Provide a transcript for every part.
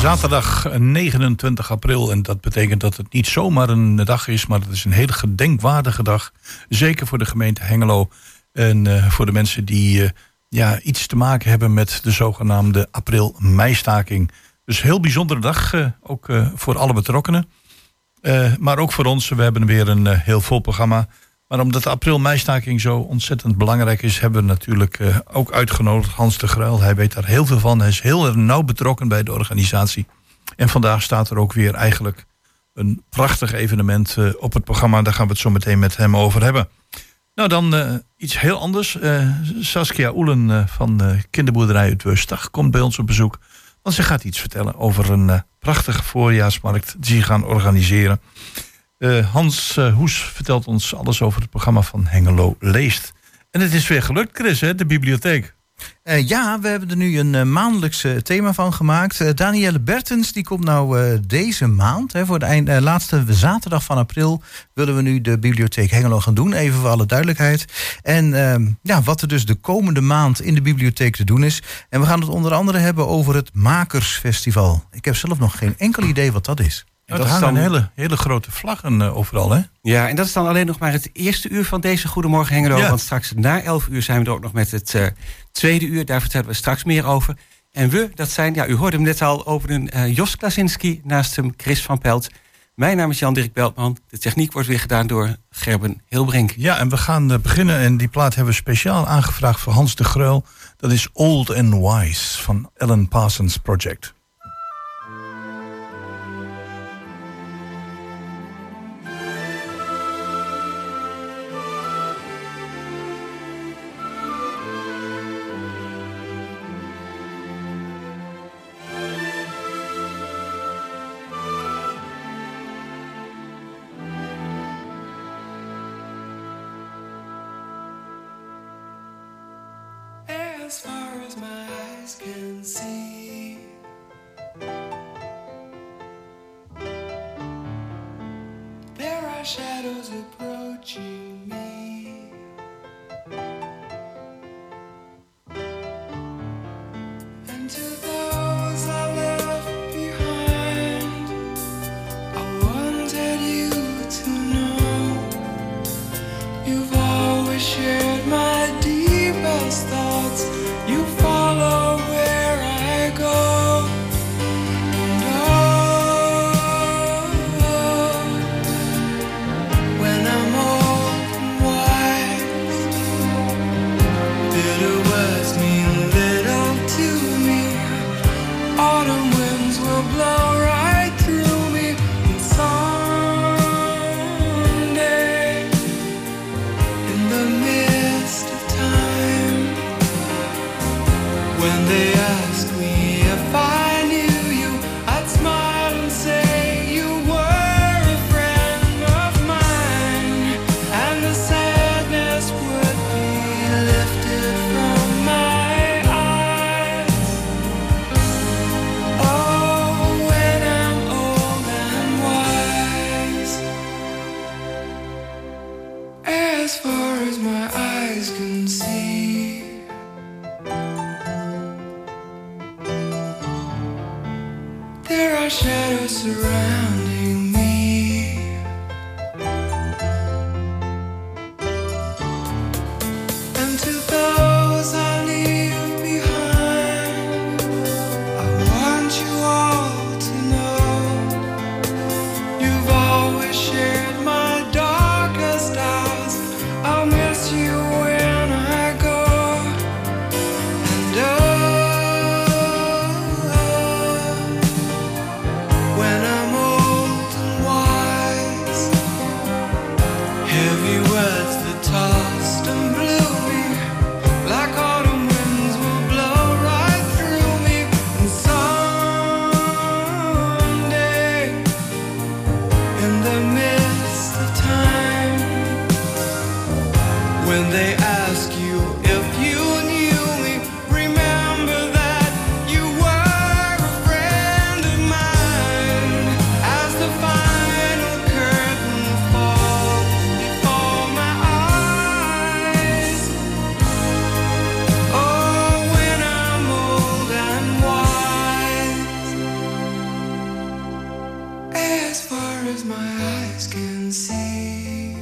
Zaterdag 29 april. En dat betekent dat het niet zomaar een dag is, maar het is een hele gedenkwaardige dag. Zeker voor de gemeente Hengelo. En voor de mensen die iets te maken hebben met de zogenaamde april-meistaking. Dus een heel bijzondere dag, ook voor alle betrokkenen. Maar ook voor ons. We hebben weer een heel vol programma. Maar omdat de april-meistaking zo ontzettend belangrijk is, hebben we natuurlijk ook uitgenodigd Hans de Gruil. Hij weet daar heel veel van. Hij is heel erg nauw betrokken bij de organisatie. En vandaag staat er ook weer eigenlijk een prachtig evenement op het programma. Daar gaan we het zo meteen met hem over hebben. Nou, dan iets heel anders. Saskia Oelen van kinderboerderij Uitwustag komt bij ons op bezoek. Want ze gaat iets vertellen over een prachtige voorjaarsmarkt die ze gaan organiseren. Hans Hoes vertelt ons alles over het programma van Hengelo Leest. En het is weer gelukt, Chris, hè, de bibliotheek. Ja, we hebben er nu een maandelijks thema van gemaakt. Danielle Bertens die komt nou deze maand. Voor de laatste zaterdag van april willen we nu de bibliotheek Hengelo gaan doen. Even voor alle duidelijkheid. En wat er dus de komende maand in de bibliotheek te doen is. En we gaan het onder andere hebben over het Makersfestival. Ik heb zelf nog geen enkel idee wat dat is. En dat hangen dan hele grote vlaggen overal, hè? Ja, en dat is dan alleen nog maar het eerste uur van deze Goedemorgen Hengelo. Ja. Want straks na 11 uur zijn we er ook nog met het tweede uur. Daar vertellen we straks meer over. En we, dat zijn, u hoorde hem net al, openen Jos Klasinski, naast hem Chris van Pelt. Mijn naam is Jan-Dirk Beltman. De techniek wordt weer gedaan door Gerben Hilbrink. Ja, en we gaan beginnen. En die plaat hebben we speciaal aangevraagd voor Hans de Gruil. Dat is Old and Wise van Alan Parsons Project. As far as my eyes can see, there are shadows approaching me, and to those I left behind, I wanted you to know you've always shared my deepest thoughts. You follow where I go, and when I'm old and wise, bitter words mean little to me. Autumn winds will blow right through me, and someday, in the midst of time, when they ask me if I knew you, I'd smile and say you were a friend of mine, and the sadness would be lifted from my eyes. Oh, when I'm old and wise, as far as my eyes can see, there are shadows surrounding me, and to those I leave behind, I want you all to know you've always shared my darkest hours. I'll miss you when I go, and when I'm old and see.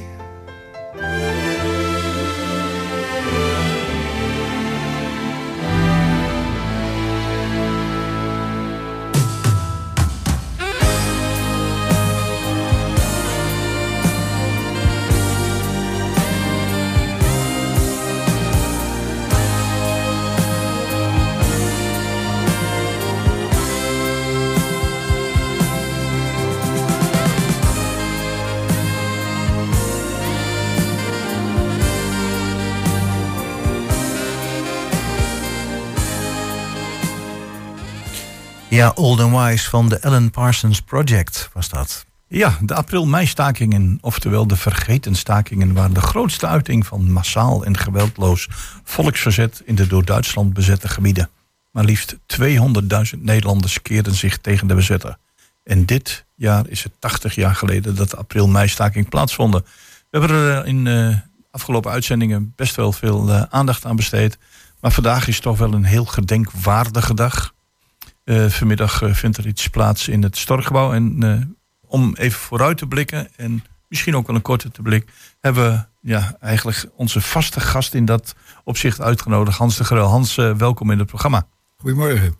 Ja, Old and Wise van de Alan Parsons Project was dat. Ja, de april-mei-stakingen, oftewel de vergeten stakingen, waren de grootste uiting van massaal en geweldloos volksverzet in de door Duitsland bezette gebieden. Maar liefst 200.000 Nederlanders keerden zich tegen de bezetter. En dit jaar is het 80 jaar geleden dat de april-mei-staking plaatsvonden. We hebben er in de afgelopen uitzendingen best wel veel aandacht aan besteed. Maar vandaag is toch wel een heel gedenkwaardige dag. Vanmiddag vindt er iets plaats in het Storkgebouw. En om even vooruit te blikken en misschien ook wel een korte te blik, hebben we eigenlijk onze vaste gast in dat opzicht uitgenodigd, Hans de Gruil. Hans, welkom in het programma. Goedemorgen.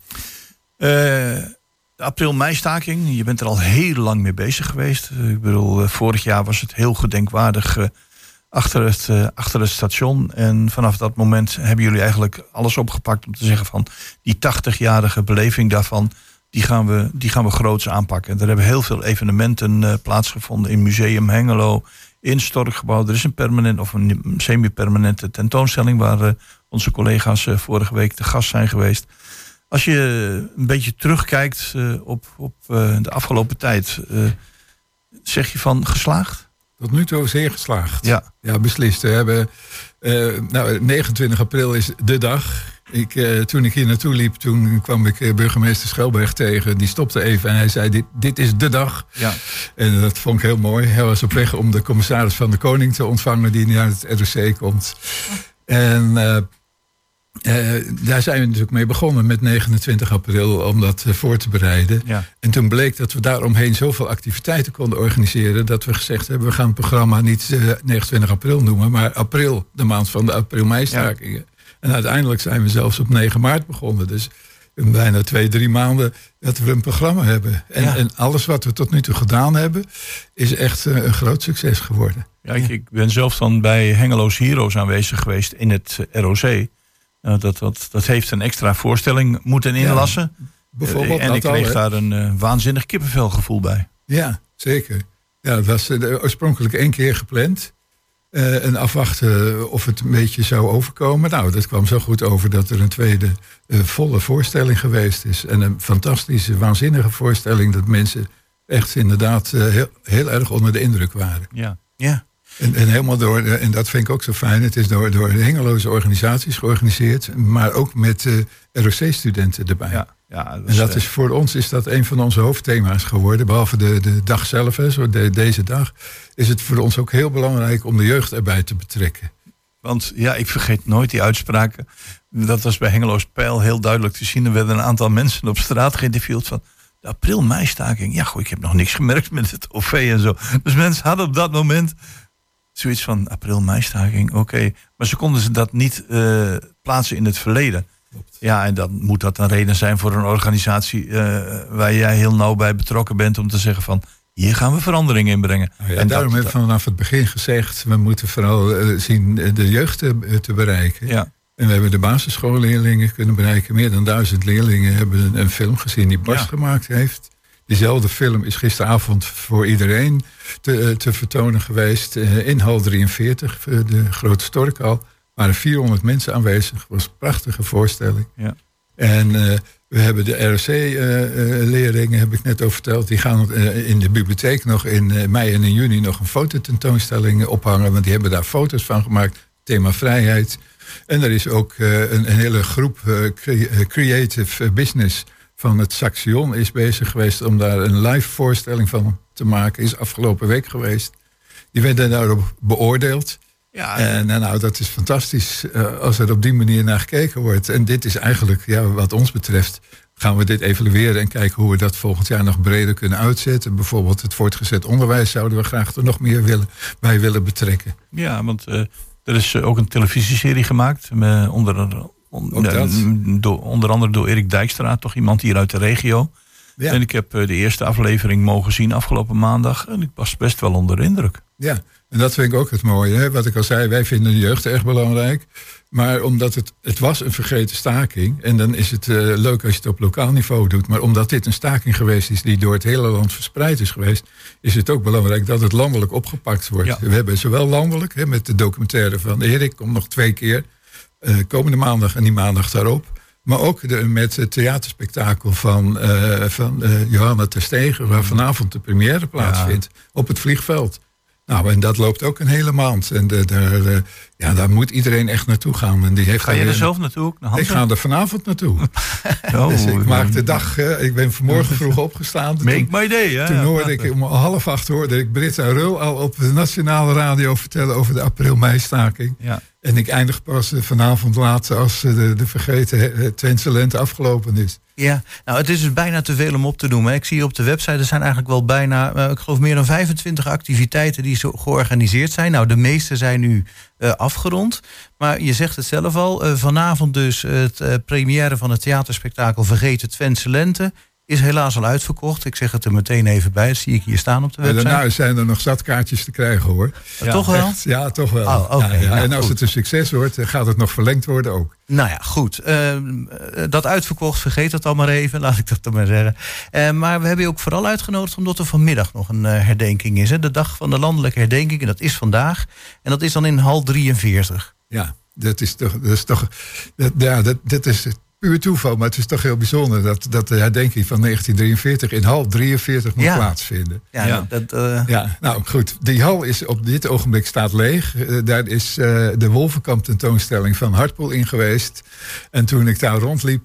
De april-mei-staking, je bent er al heel lang mee bezig geweest. Ik bedoel, vorig jaar was het heel gedenkwaardig achter het station. En vanaf dat moment hebben jullie eigenlijk alles opgepakt om te zeggen van die 80-jarige beleving daarvan, die gaan we groots aanpakken. Er hebben heel veel evenementen plaatsgevonden in Museum Hengelo, in Storkgebouw. Er is een permanent of een semi-permanente tentoonstelling waar onze collega's vorige week te gast zijn geweest. Als je een beetje terugkijkt op de afgelopen tijd, zeg je van geslaagd? Tot nu toe zeer geslaagd. Ja, beslist. We hebben 29 april is de dag. Toen ik hier naartoe liep, toen kwam ik burgemeester Schelberg tegen. Die stopte even en hij zei, dit is de dag. Ja. En dat vond ik heel mooi. Hij was op weg om de commissaris van de Koning te ontvangen die nu uit het ROC komt. En daar zijn we natuurlijk mee begonnen met 29 april om dat voor te bereiden. Ja. En toen bleek dat we daaromheen zoveel activiteiten konden organiseren, dat we gezegd hebben, we gaan het programma niet 29 april noemen, maar april, de maand van de april-mei-stakingen. Ja. En uiteindelijk zijn we zelfs op 9 maart begonnen. Dus in bijna 2-3 maanden dat we een programma hebben. En alles wat we tot nu toe gedaan hebben, is echt een groot succes geworden. Ja, ik ben zelf dan bij Hengelo's Heroes aanwezig geweest in het ROC. Dat heeft een extra voorstelling moeten inlassen. Bijvoorbeeld, en ik kreeg daar een waanzinnig kippenvelgevoel bij. Ja, zeker. Ja, dat was oorspronkelijk 1 keer gepland. En afwachten of het een beetje zou overkomen. Nou, dat kwam zo goed over dat er een tweede volle voorstelling geweest is. En een fantastische, waanzinnige voorstelling, dat mensen echt inderdaad heel erg onder de indruk waren. Ja. En helemaal en dat vind ik ook zo fijn, het is door de Hengeloze organisaties georganiseerd, maar ook met ROC-studenten erbij. Ja, dat is voor ons is dat een van onze hoofdthema's geworden. Behalve de dag zelf, deze dag, is het voor ons ook heel belangrijk om de jeugd erbij te betrekken. Want ik vergeet nooit die uitspraken. Dat was bij Hengelo's Pijl heel duidelijk te zien. Er werden een aantal mensen op straat geïnterviewd van de april-mei-staking. Ja, ik heb nog niks gemerkt met het OV en zo. Dus mensen hadden op dat moment zoiets van april-mei-staking, oké. Maar ze konden dat niet plaatsen in het verleden. Klopt. Ja, en dan moet dat een reden zijn voor een organisatie waar jij heel nauw bij betrokken bent om te zeggen van hier gaan we verandering in brengen. En daarom hebben we vanaf het begin gezegd, we moeten vooral zien de jeugd te bereiken. Ja. En we hebben de basisschoolleerlingen kunnen bereiken. Meer dan 1000 leerlingen hebben een film gezien die Bas gemaakt heeft. Diezelfde film is gisteravond voor iedereen te vertonen geweest. In hal 43, de Grote Storkhal. Er waren 400 mensen aanwezig. Het was een prachtige voorstelling. Ja. En we hebben de ROC-leerlingen, heb ik net over verteld. Die gaan in de bibliotheek nog in mei en in juni nog een fototentoonstelling ophangen. Want die hebben daar foto's van gemaakt. Thema vrijheid. En er is ook een hele groep creative business van het Saxion is bezig geweest om daar een live voorstelling van te maken. Is afgelopen week geweest. Die werden daarop beoordeeld. Ja, en nou, dat is fantastisch als er op die manier naar gekeken wordt. En dit is eigenlijk, wat ons betreft, gaan we dit evalueren en kijken hoe we dat volgend jaar nog breder kunnen uitzetten. Bijvoorbeeld het voortgezet onderwijs zouden we graag er nog meer bij willen betrekken. Ja, want er is ook een televisieserie gemaakt. Onder andere door Erik Dijkstra, toch iemand hier uit de regio. Ja. En ik heb de eerste aflevering mogen zien afgelopen maandag. En ik was best wel onder de indruk. Ja, en dat vind ik ook het mooie. Hè? Wat ik al zei, wij vinden de jeugd erg belangrijk. Maar omdat het was een vergeten staking. En dan is het leuk als je het op lokaal niveau doet. Maar omdat dit een staking geweest is die door het hele land verspreid is geweest, is het ook belangrijk dat het landelijk opgepakt wordt. Ja. We hebben zowel landelijk, met de documentaire van Erik, komt nog 2 keer. Komende maandag en die maandag daarop. Maar ook met het theaterspektakel van Johanna Terstegen, waar vanavond de première plaatsvindt op het vliegveld. Nou, en dat loopt ook een hele maand. En daar moet iedereen echt naartoe gaan. En die heeft Ga je er zelf naartoe ook? Ik ga er vanavond naartoe. Dus ik maak de dag. Ik ben vanmorgen vroeg opgestaan. Make my day, hè? Toen hoorde ik om 7:30 Britta Rul al op de nationale radio vertellen over de april-mei-staking. Ja. En ik eindig pas vanavond laat als de vergeten Twentse lente afgelopen is. Ja, nou het is dus bijna te veel om op te noemen. Ik zie op de website, er zijn eigenlijk wel bijna, ik geloof meer dan 25 activiteiten die zo georganiseerd zijn. Nou, de meeste zijn nu afgerond. Maar je zegt het zelf al, vanavond dus het première van het theaterspektakel Vergeten Twentse Lente is helaas al uitverkocht. Ik zeg het er meteen even bij. Dat zie ik hier staan op de website. Daarna zijn er nog zat kaartjes te krijgen, hoor. Ja, toch wel? Echt, ja, toch wel. Oh, okay, ja. Nou, en als goed. het een succes wordt, gaat het nog verlengd worden ook. Nou ja, goed. Dat uitverkocht, vergeet dat dan maar even. Laat ik dat dan maar zeggen. Maar we hebben je ook vooral uitgenodigd omdat er vanmiddag nog een herdenking is. Hè? De dag van de landelijke herdenking. En dat is vandaag. En dat is dan in hal 43. Ja, dat is puur toeval, maar het is toch heel bijzonder dat de herdenking van 1943 in hal 43 moet plaatsvinden. Ja, nou goed. Die hal is op dit ogenblik staat leeg. Daar is de Wolvenkamp tentoonstelling van Hartpoel in geweest. En toen ik daar rondliep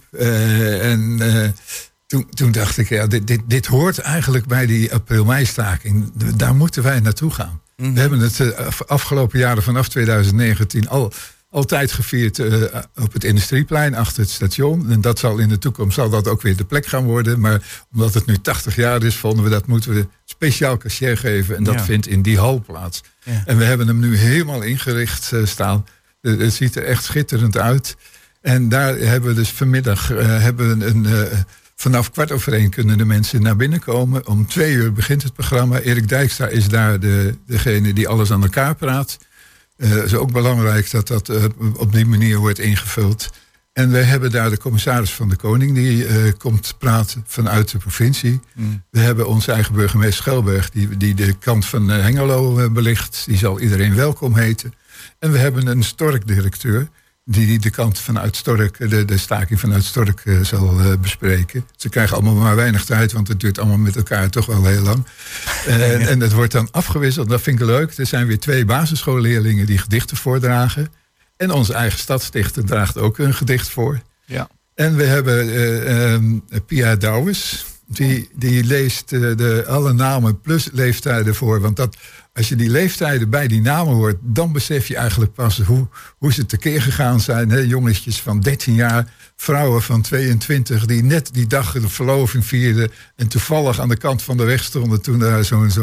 toen dacht ik, ja, dit hoort eigenlijk bij die april-mei-staking. Daar moeten wij naartoe gaan. Mm-hmm. We hebben het afgelopen jaren vanaf 2019 altijd gevierd op het Industrieplein achter het station. En dat zal in de toekomst zal dat ook weer de plek gaan worden. Maar omdat het nu 80 jaar is, vonden we dat moeten we speciaal cachet geven. En dat vindt in die hal plaats. Ja. En we hebben hem nu helemaal ingericht staan. Het ziet er echt schitterend uit. En daar hebben we dus vanmiddag vanaf 1:15 kunnen de mensen naar binnen komen. Om 2:00 begint het programma. Erik Dijkstra is daar degene die alles aan elkaar praat. Het is ook belangrijk dat dat op die manier wordt ingevuld. En we hebben daar de commissaris van de Koning die komt praten vanuit de provincie. Mm. We hebben onze eigen burgemeester Schelberg die de kant van Hengelo belicht. Die zal iedereen welkom heten. En we hebben een Stork-directeur die de kant vanuit Stork, de staking vanuit Stork zal bespreken. Ze krijgen allemaal maar weinig tijd, want het duurt allemaal met elkaar toch wel heel lang. En het wordt dan afgewisseld, dat vind ik leuk. Er zijn weer 2 basisschoolleerlingen die gedichten voordragen. En onze eigen stadsdichter draagt ook een gedicht voor. Ja. En we hebben Pia Douwes, die leest alle namen plus leeftijden voor. Want als je die leeftijden bij die namen hoort, dan besef je eigenlijk pas hoe ze tekeer gegaan zijn. Hè? Jongetjes van 13 jaar, vrouwen van 22 die net die dag de verloving vierden en toevallig aan de kant van de weg stonden toen daar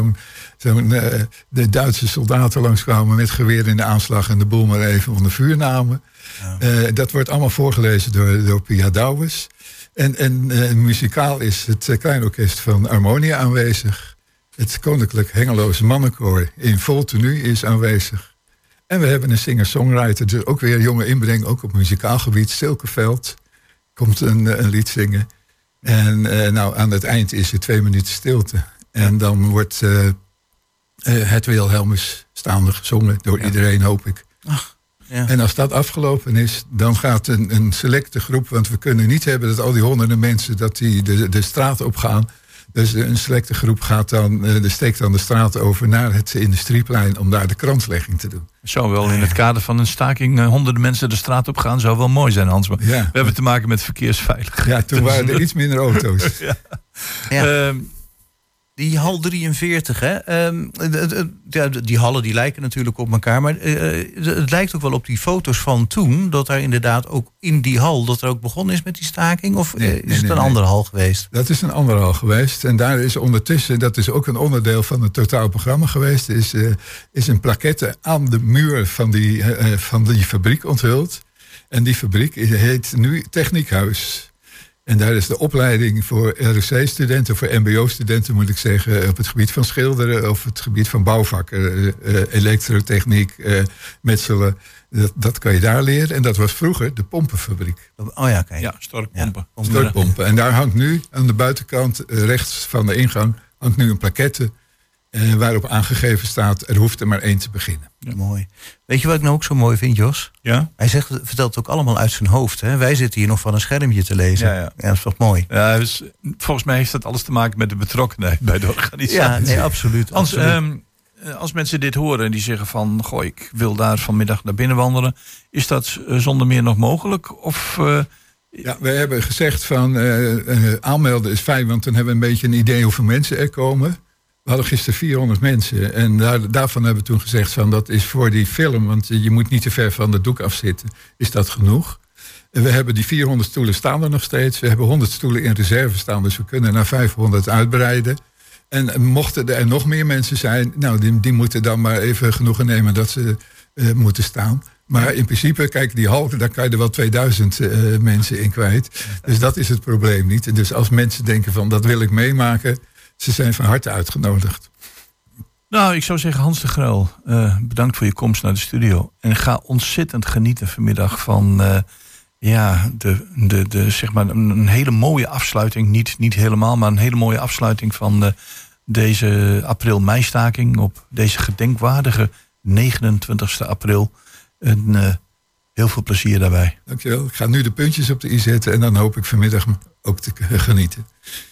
de Duitse soldaten langskwamen met geweer in de aanslag en de boel maar even onder vuur namen. Ja. Dat wordt allemaal voorgelezen door Pia Douwes. En muzikaal is het Kleinorkest van Harmonia aanwezig. Het Koninklijk Hengeloze Mannenkoor in vol tenue is aanwezig. En we hebben een singer-songwriter, dus ook weer jonge inbreng, ook op muzikaal gebied. Stilkeveld komt een lied zingen. En aan het eind is er 2 minuten stilte. En dan wordt het Wilhelmus staande gezongen door iedereen, hoop ik. Ach, ja. En als dat afgelopen is, dan gaat een selecte groep, want we kunnen niet hebben dat al die honderden mensen dat die de straat op gaan. Dus een selecte groep steekt dan de straat over naar het Industrieplein om daar de kranslegging te doen. Zou wel in het kader van een staking honderden mensen de straat op gaan, zou wel mooi zijn, Hans. Maar we hebben te maken met verkeersveiligheid. Ja, toen waren er iets minder auto's. Ja. Die hal 43, hè? Die hallen die lijken natuurlijk op elkaar. Maar het lijkt ook wel op die foto's van toen... dat daar inderdaad ook in die hal... dat er ook begonnen is met die staking? Of is het een andere hal geweest? Dat is een andere hal geweest. En daar is ondertussen, dat is ook een onderdeel van het totaalprogramma geweest... is een plaquette aan de muur van die fabriek onthuld. En die fabriek heet nu Techniekhuis. En daar is de opleiding voor ROC-studenten, voor mbo-studenten moet ik zeggen... op het gebied van schilderen of het gebied van bouwvakken... elektrotechniek, metselen, dat kan je daar leren. En dat was vroeger de pompenfabriek. Oh ja, kijk. Ja, storkpompen. Ja, Storkpompen. En daar hangt nu aan de buitenkant, rechts van de ingang... hangt nu een plaquette waarop aangegeven staat... er hoeft er maar één te beginnen. Ja. Mooi. Weet je wat ik nou ook zo mooi vind, Jos? Ja? Hij vertelt het ook allemaal uit zijn hoofd. Hè? Wij zitten hier nog van een schermpje te lezen. Ja. Dat is toch mooi? Ja, dus, volgens mij heeft dat alles te maken met de betrokkenheid bij de organisatie. Ja, nee, absoluut. Als mensen dit horen en die zeggen van... goh, ik wil daar vanmiddag naar binnen wandelen... is dat zonder meer nog mogelijk? Of... Ja, we hebben gezegd van aanmelden is fijn... want dan hebben we een beetje een idee hoeveel mensen er komen... We hadden gisteren 400 mensen. En daarvan hebben we toen gezegd van dat is voor die film... want je moet niet te ver van de doek afzitten. Is dat genoeg? En we hebben die 400 stoelen staan er nog steeds. We hebben 100 stoelen in reserve staan. Dus we kunnen naar 500 uitbreiden. En mochten er nog meer mensen zijn... nou, die moeten dan maar even genoegen nemen dat ze moeten staan. Maar in principe, kijk, die hal, daar kan je er wel 2000 mensen in kwijt. Dus dat is het probleem niet. En dus als mensen denken van dat wil ik meemaken... ze zijn van harte uitgenodigd. Nou, ik zou zeggen, Hans de Gruil, bedankt voor je komst naar de studio. En ga ontzettend genieten vanmiddag van zeg maar een hele mooie afsluiting. Niet helemaal, maar een hele mooie afsluiting van deze april-meistaking op deze gedenkwaardige 29 april. En heel veel plezier daarbij. Dankjewel. Ik ga nu de puntjes op de i zetten en dan hoop ik vanmiddag ook te genieten.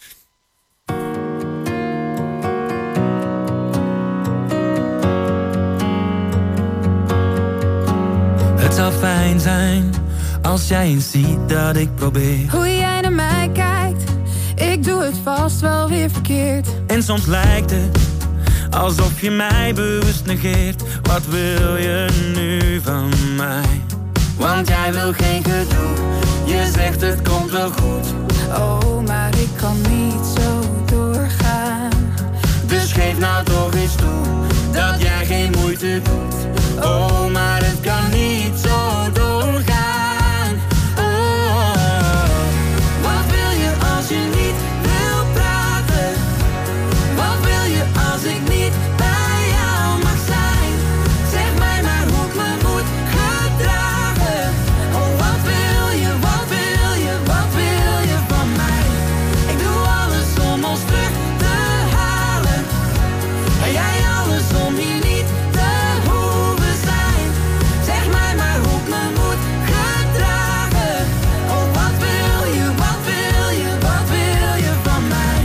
Het zou fijn zijn als jij eens ziet dat ik probeer. Hoe jij naar mij kijkt, ik doe het vast wel weer verkeerd. En soms lijkt het alsof je mij bewust negeert. Wat wil je nu van mij? Want jij wil geen gedoe, je zegt het komt wel goed. Oh, maar ik kan niet zo doorgaan. Dus geef nou toch eens toe dat jij geen moeite doet. Oh, maar het kan niet zo doorgaan. Oh, wat wil je als je niet wil praten? Wat wil je als ik niet bij jou mag zijn? Zeg mij maar hoe ik me moet gedragen. Oh, wat wil je, wat wil je, wat wil je van mij? Ik doe alles om ons terug te halen. En jij alles om hier niet te hoeven zijn. Zeg mij maar hoe ik me moet gedragen. Oh, wat wil je, wat wil je, wat wil je van mij?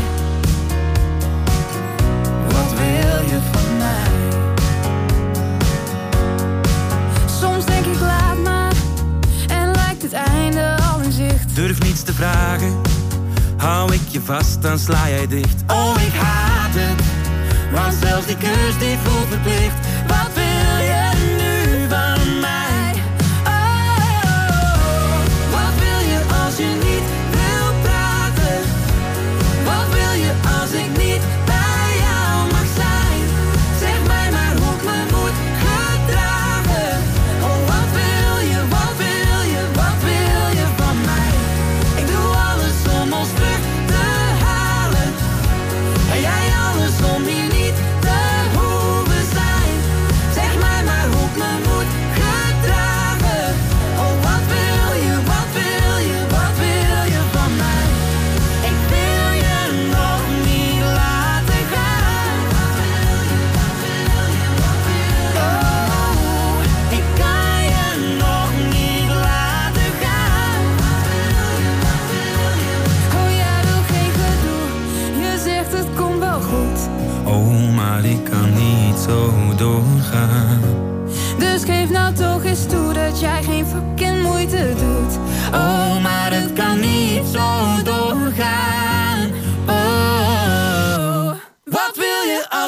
Wat wil je van mij? Soms denk ik laat maar en lijkt het einde al in zicht. Durf niets te vragen, hou ik je vast, dan sla jij dicht. Oh, ik haat het, want zelfs die kus die voelt verplicht. Wat wil je nu van mij? Oh, wat wil je als je niet wil praten? Wat wil je als ik niet bij jou mag zijn? Zeg mij maar hoe ik me moet gedragen. Oh, wat wil je, wat wil je, wat wil je van mij? Ik doe alles om ons terug te halen. En jij alles om hier niet te hoeven zijn. Zeg mij maar hoe ik me moet gedragen. Oh, wat wil je, wat wil je, wat wil je van mij? Ik wil je nog niet laten gaan. Oh, ik kan je nog niet laten gaan. Oh, jij wil geen gedoe, je zegt het komt wel goed. Oh, maar ik kan niet zo doorgaan. Dus geef nou toch eens toe dat jij geen fucking moeite doet. Oh, maar het kan niet zo doorgaan. Oh,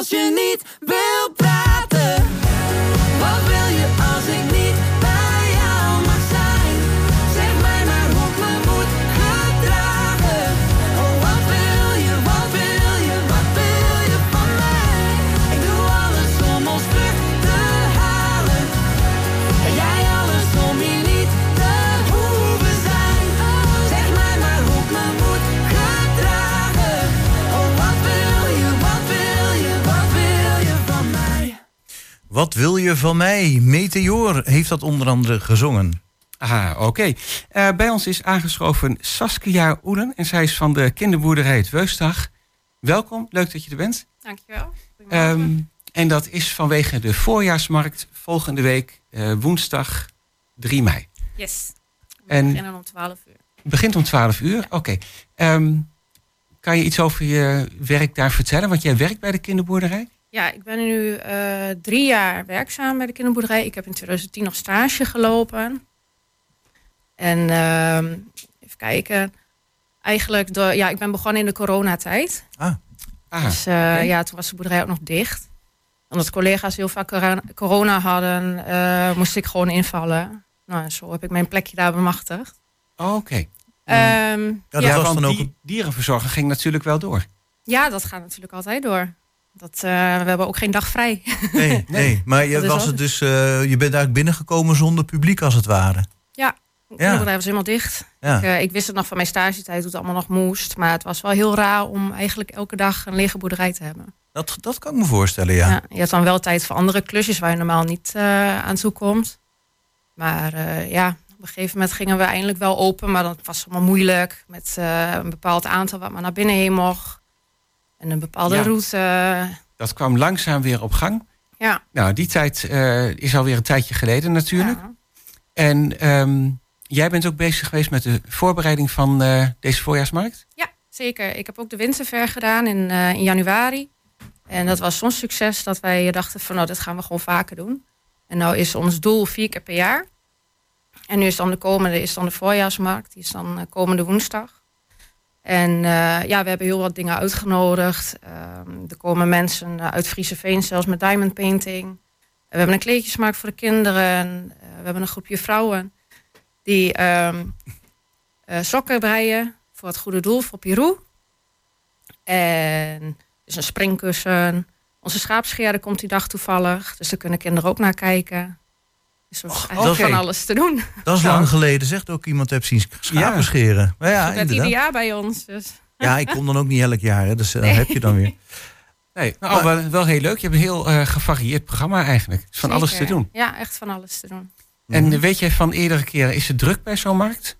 als je niet wil praten? Wat wil je als ik niet bij jou mag zijn? Zeg mij maar hoe ik me moet gedragen. Oh, wat wil je, wat wil je, wat wil je van mij? Ik doe alles om ons terug te halen. En jij alles om hier niet te hoeven zijn. Zeg mij maar hoe ik me moet gedragen. Oh, wat wil je, wat wil je, wat wil je van mij? Wat wil je van mij? Meteor heeft dat onder andere gezongen. Aha, oké. Bij ons is aangeschoven Saskia Oelen. En zij is van de kinderboerderij Het Weustdag. Welkom, leuk dat je er bent. Dankjewel. Goedemorgen. En dat is vanwege de voorjaarsmarkt volgende week, woensdag 3 mei. Yes. We En- beginnen om 12 uur. Het begint om 12 uur? Oké. Kan je iets over je werk daar vertellen? Want jij werkt bij de kinderboerderij? Ja, ik ben nu 3 jaar werkzaam bij de kinderboerderij. Ik heb in 2010 nog stage gelopen. En even kijken. Eigenlijk, ik ben begonnen in de coronatijd. Dus toen was de boerderij ook nog dicht. Omdat collega's heel vaak corona hadden, moest ik gewoon invallen. Nou, zo heb ik mijn plekje daar bemachtigd. Oké. dat was want dan ook die dierenverzorging ging natuurlijk wel door. Ja, dat gaat natuurlijk altijd door. We hebben ook geen dag vrij. Nee. Maar Dat is was wel- het dus, je bent eigenlijk binnengekomen zonder publiek als het ware. Ja, de kinderboerderij was helemaal dicht. Ja. Ik wist het nog van mijn stagetijd, hoe het allemaal nog moest. Maar het was wel heel raar om eigenlijk elke dag een lege boerderij te hebben. Dat kan ik me voorstellen, ja. Je had dan wel tijd voor andere klusjes waar je normaal niet aan toe komt. Maar op een gegeven moment gingen we eindelijk wel open. Maar dat was allemaal moeilijk. Met een bepaald aantal wat maar naar binnen heen mocht. En een bepaalde route. Dat kwam langzaam weer op gang. Ja. Nou, die tijd is alweer een tijdje geleden natuurlijk. Ja. En jij bent ook bezig geweest met de voorbereiding van deze voorjaarsmarkt? Ja, zeker. Ik heb ook de winterfair gedaan in januari. En dat was zo'n succes dat wij dachten van nou, dit gaan we gewoon vaker doen. En nou is ons doel 4 keer per jaar. En nu is dan de voorjaarsmarkt. Die is dan komende woensdag. En we hebben heel wat dingen uitgenodigd. Er komen mensen uit Frieseveen zelfs met diamond painting. We hebben een kleedjesmarkt voor de kinderen. We hebben een groepje vrouwen die sokken breien voor het goede doel, voor Pirou. En dus een springkussen. Onze schaapscherder komt die dag toevallig. Dus daar kunnen kinderen ook naar kijken. Dus er is eigenlijk van alles te doen. Dat is lang geleden, zegt ook iemand, heb zien schapen scheren. Maar ja, Dat inderdaad. ieder jaar bij ons. Dus. Ja, ik kom dan ook niet elk jaar, hè, dus dan heb je dan weer. Nee, wel heel leuk. Je hebt een heel gevarieerd programma eigenlijk. Het is van alles te Zeker. doen. Ja, echt van alles te doen. En weet jij van eerdere keren, is het druk bij zo'n markt?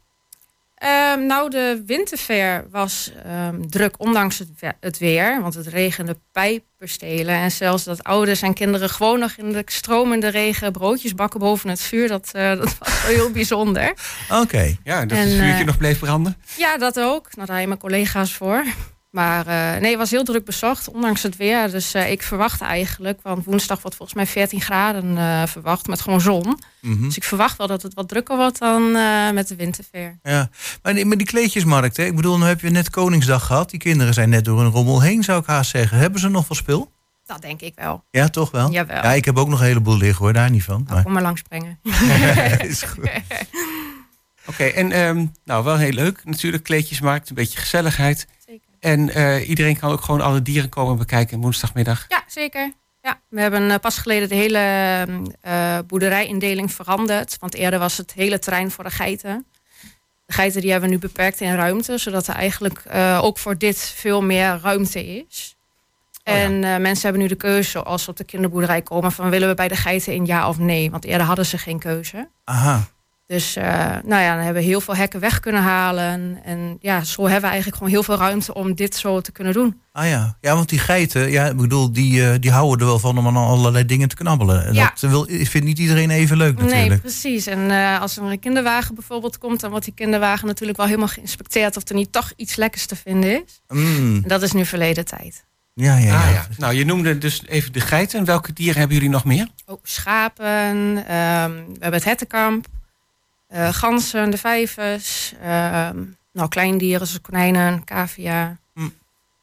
De winterfair was druk, ondanks het weer. Want het regende pijperstelen. En zelfs dat ouders en kinderen gewoon nog in de stromende regen broodjes bakken boven het vuur. Dat was wel heel bijzonder. Oké. Ja, dat het vuurtje nog bleef branden. Ja, dat ook. Nou, daar heb je mijn collega's voor. Maar het was heel druk bezocht, ondanks het weer. Dus ik verwacht eigenlijk, want woensdag wordt volgens mij 14 graden verwacht met gewoon zon. Mhm. Dus ik verwacht wel dat het wat drukker wordt dan met de winterfair. Ja, maar die kleedjesmarkt, hè? Ik bedoel, nu heb je net Koningsdag gehad. Die kinderen zijn net door een rommel heen, zou ik haast zeggen. Hebben ze nog wel spul? Dat denk ik wel. Ja, toch wel? Jawel. Ja, ik heb ook nog een heleboel liggen, hoor. Daar niet van. Nou, kom maar langs brengen. Is goed. Oké, en wel heel leuk. Natuurlijk kleedjesmarkt, een beetje gezelligheid. Zeker. En iedereen kan ook gewoon alle dieren komen bekijken woensdagmiddag. Ja, zeker. Ja, we hebben pas geleden de hele boerderijindeling veranderd. Want eerder was het hele terrein voor de geiten. De geiten die hebben we nu beperkt in ruimte. Zodat er eigenlijk ook voor dit veel meer ruimte is. En mensen hebben nu de keuze als ze op de kinderboerderij komen. Van willen we bij de geiten in ja of nee? Want eerder hadden ze geen keuze. Aha. Dus dan hebben we heel veel hekken weg kunnen halen. En ja, zo hebben we eigenlijk gewoon heel veel ruimte om dit zo te kunnen doen. Ah ja. Ja, want die geiten, ja, ik bedoel, die houden er wel van om aan allerlei dingen te knabbelen. En Ja. dat vindt niet iedereen even leuk natuurlijk. Nee, precies. En als er een kinderwagen bijvoorbeeld komt, dan wordt die kinderwagen natuurlijk wel helemaal geïnspecteerd of er niet toch iets lekkers te vinden is. Mm. En dat is nu verleden tijd. Ja. Nou, je noemde dus even de geiten. Welke dieren hebben jullie nog meer? Ook schapen, we hebben het hertenkamp, ganzen, de vijvers, kleindieren zoals konijnen, cavia. Mm.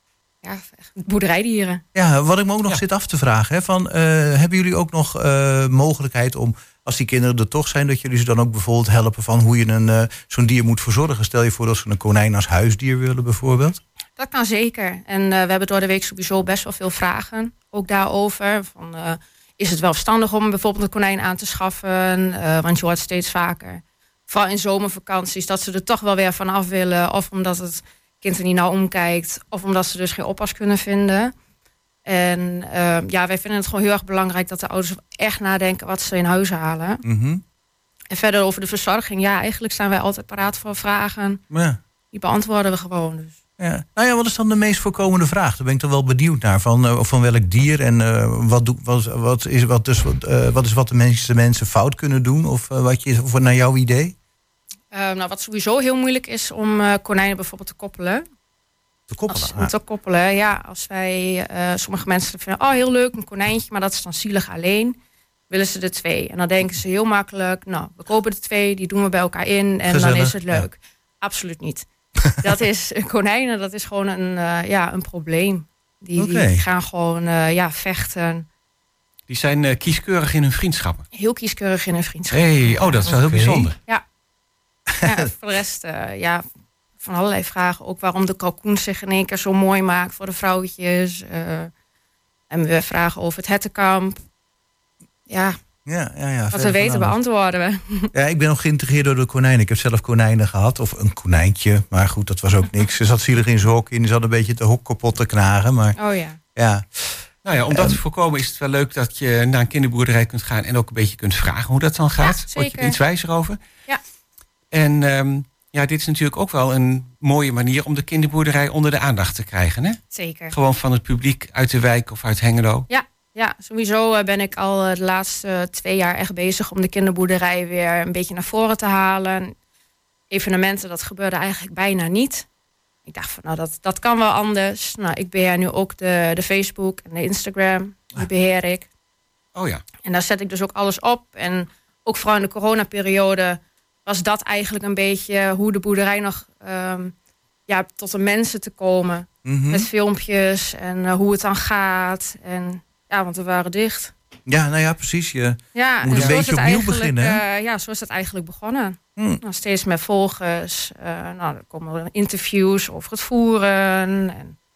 boerderijdieren. Ja, wat ik me ook nog zit af te vragen. Hè, hebben jullie ook nog mogelijkheid om, als die kinderen er toch zijn, dat jullie ze dan ook bijvoorbeeld helpen van hoe je zo'n dier moet verzorgen? Stel je voor dat ze een konijn als huisdier willen bijvoorbeeld. Dat kan zeker. En we hebben door de week sowieso best wel veel vragen. Ook daarover. Is het wel verstandig om bijvoorbeeld een konijn aan te schaffen? Want je hoort steeds vaker, vooral in zomervakanties, dat ze er toch wel weer vanaf willen. Of omdat het kind er niet naar omkijkt. Of omdat ze dus geen oppas kunnen vinden. En wij vinden het gewoon heel erg belangrijk dat de ouders echt nadenken wat ze in huis halen. Mm-hmm. En verder over de verzorging. Ja, eigenlijk staan wij altijd paraat voor vragen. Ja. Die beantwoorden we gewoon dus. Ja. Nou ja, wat is dan de meest voorkomende vraag? Daar ben ik toch wel benieuwd naar. Van welk dier en wat is wat de meeste mensen fout kunnen doen? Of naar jouw idee? Wat sowieso heel moeilijk is om konijnen bijvoorbeeld te koppelen. Te koppelen, ja. Als wij, sommige mensen vinden, heel leuk, een konijntje, maar dat is dan zielig alleen. Willen ze er 2. En dan denken ze heel makkelijk, we kopen er 2, die doen we bij elkaar in en gezellig, dan is het leuk. Ja. Absoluut niet. Dat is konijnen, dat is gewoon een probleem. Die gaan gewoon vechten. Die zijn kieskeurig in hun vriendschappen. Heel kieskeurig in hun vriendschappen. Hey, dat is wel heel bijzonder. Ja. Voor de rest, van allerlei vragen. Ook waarom de kalkoen zich in één keer zo mooi maakt voor de vrouwtjes. En we vragen over het hertenkamp. Ja. Wat we weten beantwoorden we. Ja, ik ben nog geïntegreerd door de konijnen. Ik heb zelf konijnen gehad. Of een konijntje. Maar goed, dat was ook niks. Ze zat zielig in zijn hok en die zat een beetje de hok kapot te knagen. Maar, ja. Nou ja, om dat te voorkomen is het wel leuk dat je naar een kinderboerderij kunt gaan en ook een beetje kunt vragen hoe dat dan gaat. Ja, word je er iets wijzer over. Ja. En dit is natuurlijk ook wel een mooie manier om de kinderboerderij onder de aandacht te krijgen. Hè? Zeker. Gewoon van het publiek uit de wijk of uit Hengelo. Ja, sowieso ben ik al de laatste 2 jaar echt bezig om de kinderboerderij weer een beetje naar voren te halen. Evenementen, dat gebeurde eigenlijk bijna niet. Ik dacht van, dat kan wel anders. Ik beheer nu ook de Facebook en de Instagram. Die beheer ik. Oh ja. En daar zet ik dus ook alles op. En ook vooral in de coronaperiode was dat eigenlijk een beetje hoe de boerderij nog tot de mensen te komen. Mm-hmm. Met filmpjes en hoe het dan gaat. En want we waren dicht. Ja, precies. Je moet een zo beetje opnieuw beginnen. Hè? Zo is het eigenlijk begonnen. Steeds meer volgers. Er komen interviews over het voeren.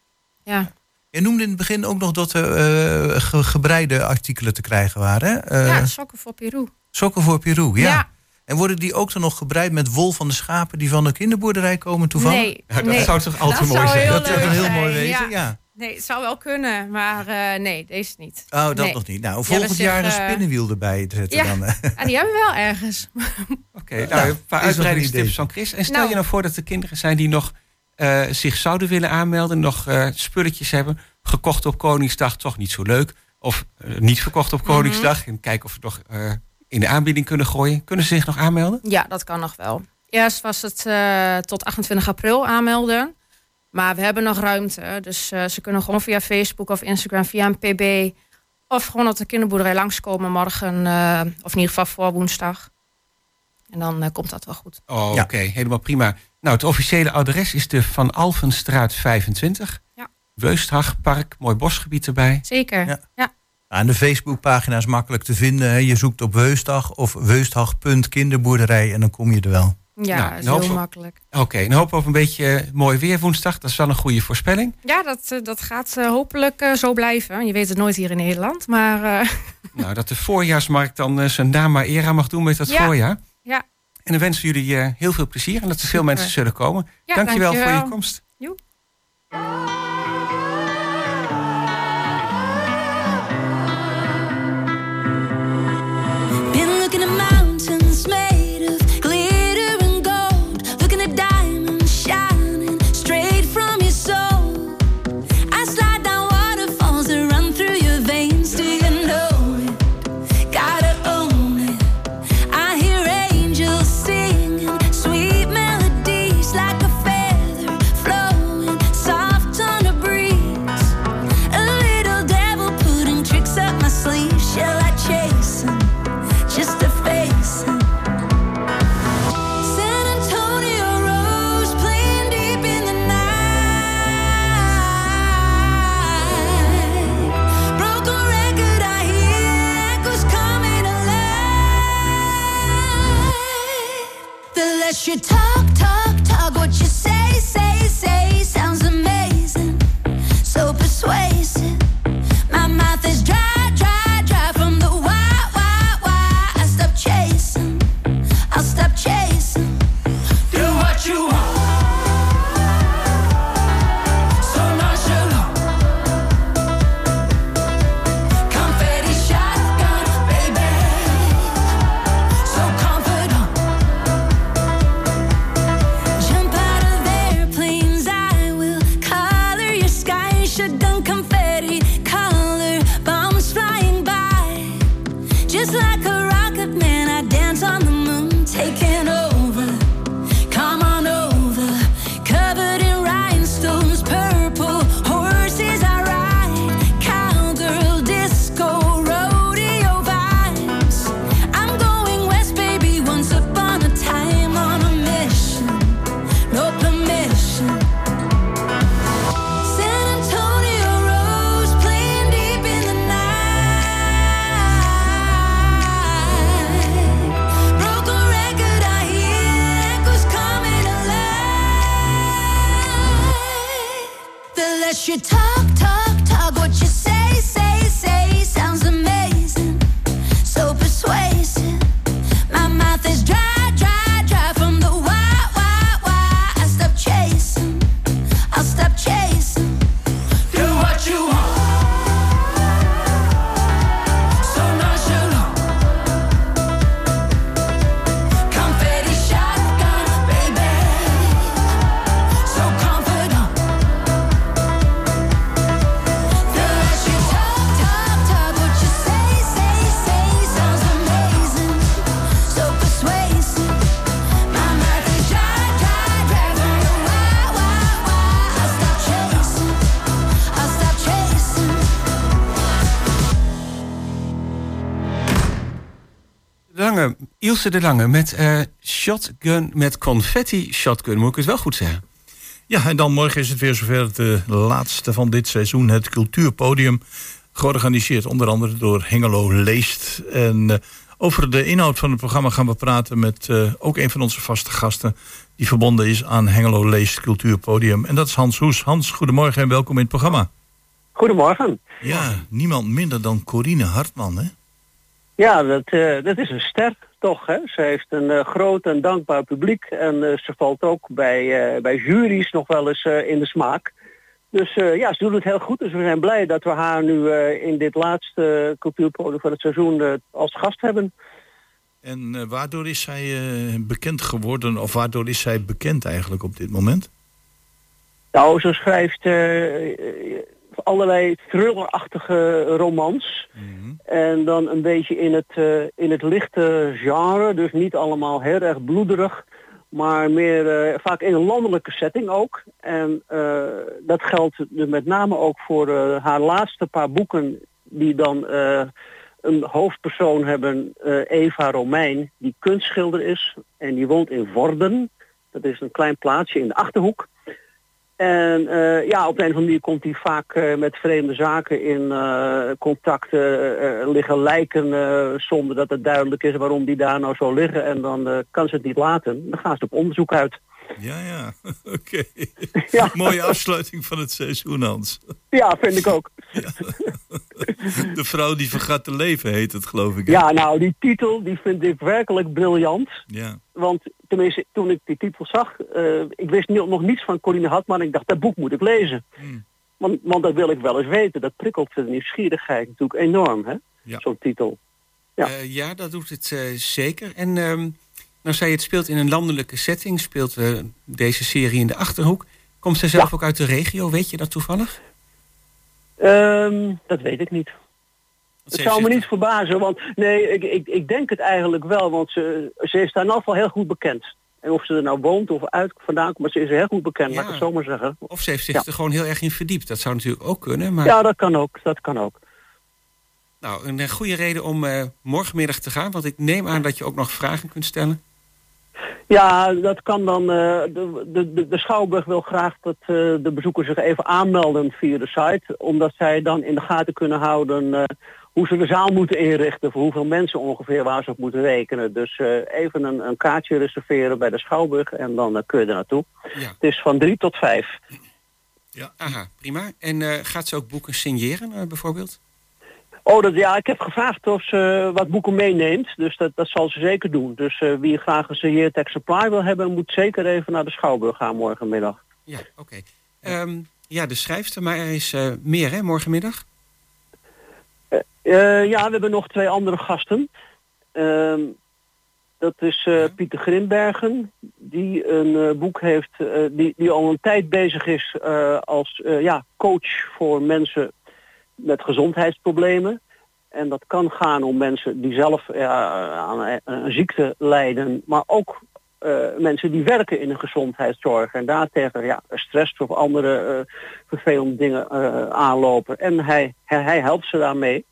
Je noemde in het begin ook nog dat er gebreide artikelen te krijgen waren. Hè? Sokken voor Peru. Sokken voor Peru, ja. En worden die ook dan nog gebreid met wol van de schapen die van de kinderboerderij komen toevallig? Nee. Dat zou toch al te mooi zijn? Dat zou heel mooi wezen, ja. Nee, het zou wel kunnen, maar nee, deze niet. Oh, dat nog niet. Nou, volgend jaar een spinnenwiel erbij te zetten dan. Die hebben we wel ergens. Oké, een paar uitbreidingstips van Chris. En stel je nou voor dat er kinderen zijn die nog zich zouden willen aanmelden, nog spulletjes hebben, gekocht op Koningsdag, toch niet zo leuk. Of niet verkocht op Koningsdag. En kijken of we nog in de aanbieding kunnen gooien. Kunnen ze zich nog aanmelden? Ja, dat kan nog wel. Eerst was het tot 28 april aanmelden. Maar we hebben nog ruimte. Dus ze kunnen gewoon via Facebook of Instagram, via een pb. Of gewoon op de kinderboerderij langskomen morgen. Of in ieder geval voor woensdag. En dan komt dat wel goed. Oh, oké, helemaal prima. Nou, het officiële adres is de Van Alphenstraat 25. Ja. Weustdagpark, mooi bosgebied erbij. Zeker, ja. En de Facebookpagina is makkelijk te vinden. Hè. Je zoekt op Weustdag of weustdag.kinderboerderij en dan kom je er wel. Ja, dat is heel makkelijk. Oké, en hoop op een beetje mooi weer woensdag. Dat is wel een goede voorspelling. Ja, dat gaat hopelijk zo blijven. Je weet het nooit hier in Nederland, maar... Nou, dat de voorjaarsmarkt dan zijn naam maar eer aan mag doen met dat voorjaar. Ja. En dan wensen jullie heel veel plezier en dat er veel mensen zullen komen. Ja, dankjewel voor je komst. Joep. Been looking at mountains made of glitter and gold, looking at diamonds shining straight from your soul. I slide down waterfalls that run through your veins. Do you know it? Gotta own it. I hear angels singing sweet melodies like a feather flowing soft on less you talk, what you say sounds amazing, so persuasive. My mouth is dry from the why. I stop chasing, I'll stop chasing. Do what you want. You talk, what you say sounds amazing, so persuasive. My mouth is dry from the why. I stop chasing, I'll stop chasing. Do what you want. So nonchalant. Confetti shotgun, baby. So confident. Ilse de Lange met shotgun, met confetti shotgun. Moet ik het wel goed zeggen? Ja, en dan morgen is het weer zover, de laatste van dit seizoen, het Cultuurpodium. Georganiseerd onder andere door Hengelo Leest. En over de inhoud van het programma gaan we praten met ook een van onze vaste gasten, die verbonden is aan Hengelo Leest Cultuurpodium. En dat is Hans Hoes. Hans, goedemorgen en welkom in het programma. Goedemorgen. Ja, niemand minder dan Corine Hartman, hè? Ja, dat is een ster toch, hè? Ze heeft een groot en dankbaar publiek en ze valt ook bij juries nog wel eens in de smaak. Dus ja, ze doet het heel goed. Dus we zijn blij dat we haar nu in dit laatste cultuurpodium van het seizoen als gast hebben. En waardoor is zij bekend geworden, of waardoor is zij bekend eigenlijk op dit moment? Nou, ze schrijft allerlei thrillerachtige romans. Mm-hmm. En dan een beetje in het lichte genre. Dus niet allemaal heel erg bloederig. Maar meer vaak in een landelijke setting ook. En dat geldt dus met name ook voor haar laatste paar boeken. Die dan een hoofdpersoon hebben. Eva Romein. Die kunstschilder is. En die woont in Vorden. Dat is een klein plaatsje in de Achterhoek. En ja, op een of andere manier komt hij vaak met vreemde zaken in contact. Liggen lijken zonder dat het duidelijk is waarom die daar nou zo liggen. En dan kan ze het niet laten. Dan gaan ze op onderzoek uit. Ja, oké. Ja. Mooie afsluiting van het seizoen, Hans. Ja, vind ik ook. Ja. De vrouw die vergat te leven heet het, geloof ik. Ja, nou, die titel die vind ik werkelijk briljant. Ja. Want tenminste, toen ik die titel zag, ik wist nog niets van Corine Hartman. Ik dacht, dat boek moet ik lezen. Want dat wil ik wel eens weten. Dat prikkelt de nieuwsgierigheid natuurlijk enorm, hè? Ja. Zo'n titel. Ja. Ja, dat doet het zeker. En nou zei je, het speelt in een landelijke setting. Speelt deze serie in de Achterhoek. Komt zij zelf ook uit de regio? Weet je dat toevallig? Dat weet ik niet. Het zou me niet verbazen, want nee, ik denk het eigenlijk wel, want ze is daar nou al heel goed bekend. En of ze er nou woont of uit vandaan komt, maar ze is heel goed bekend, laat ik het zo maar zeggen. Of ze heeft zich er gewoon heel erg in verdiept. Dat zou natuurlijk ook kunnen. Maar... Ja, dat kan ook. Nou, een goede reden om morgenmiddag te gaan, want ik neem aan dat je ook nog vragen kunt stellen. Ja, dat kan dan. De Schouwburg wil graag dat de bezoekers zich even aanmelden via de site. Omdat zij dan in de gaten kunnen houden hoe ze de zaal moeten inrichten, voor hoeveel mensen ongeveer waar ze op moeten rekenen. Dus even een kaartje reserveren bij de Schouwburg en dan kun je er naartoe. Ja. Het is van 3 tot 5. Ja. Aha, prima. En gaat ze ook boeken signeren bijvoorbeeld? Ik heb gevraagd of ze wat boeken meeneemt. Dus dat zal ze zeker doen. Dus wie graag een signeerd exemplaar wil hebben, moet zeker even naar de Schouwburg gaan morgenmiddag. Ja, oké. De schrijfster, maar er is meer hè, morgenmiddag? We hebben nog 2 andere gasten. Dat is Pieter Grimbergen, die een boek heeft, die al een tijd bezig is als coach voor mensen met gezondheidsproblemen. En dat kan gaan om mensen die zelf aan een ziekte lijden, maar ook mensen die werken in de gezondheidszorg en daartegen stress of andere vervelende dingen aanlopen. En hij helpt ze daarmee.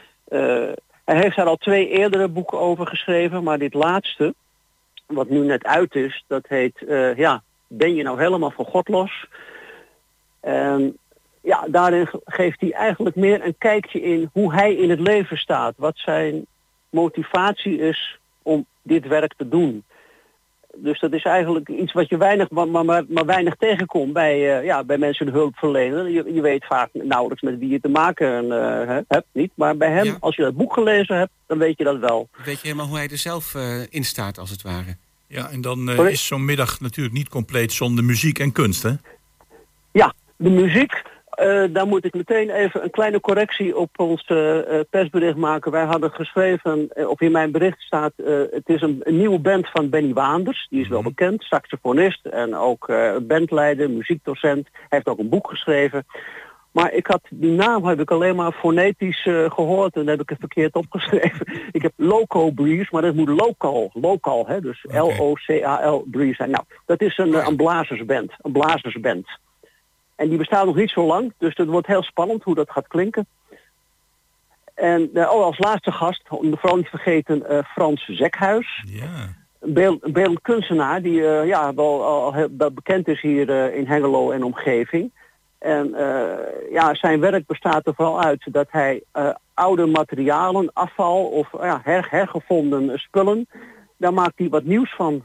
Hij heeft daar al 2 eerdere boeken over geschreven, maar dit laatste, wat nu net uit is, dat heet Ben je nou helemaal van God los? En daarin geeft hij eigenlijk meer een kijkje in hoe hij in het leven staat. Wat zijn motivatie is om dit werk te doen. Dus dat is eigenlijk iets wat je weinig, maar weinig tegenkomt bij mensen die hulp verlenen. Je weet vaak nauwelijks met wie je te maken hebt, niet. Maar bij hem, als je dat boek gelezen hebt, dan weet je dat wel. Weet je helemaal hoe hij er zelf in staat, als het ware? Ja, en dan is zo'n middag natuurlijk niet compleet zonder muziek en kunst, hè? Ja, de muziek. Daar moet ik meteen even een kleine correctie op ons persbericht maken. Wij hadden geschreven, of in mijn bericht staat, het is een nieuwe band van Benny Waanders. Die is wel bekend, saxofonist en ook bandleider, muziekdocent. Hij heeft ook een boek geschreven. Maar die naam heb ik alleen maar fonetisch gehoord en heb ik het verkeerd opgeschreven. Ik heb Loco Breeze, maar dat moet local, hè, dus L-O-C-A-L Breeze. Nou, dat is een blazersband. En die bestaat nog niet zo lang, dus het wordt heel spannend hoe dat gaat klinken. En als laatste gast, vooral niet vergeten, Frans Zekhuis. Ja. Een beeldend kunstenaar die wel bekend is hier in Hengelo en omgeving. En zijn werk bestaat er vooral uit dat hij oude materialen, afval of hergevonden spullen, daar maakt hij wat nieuws van.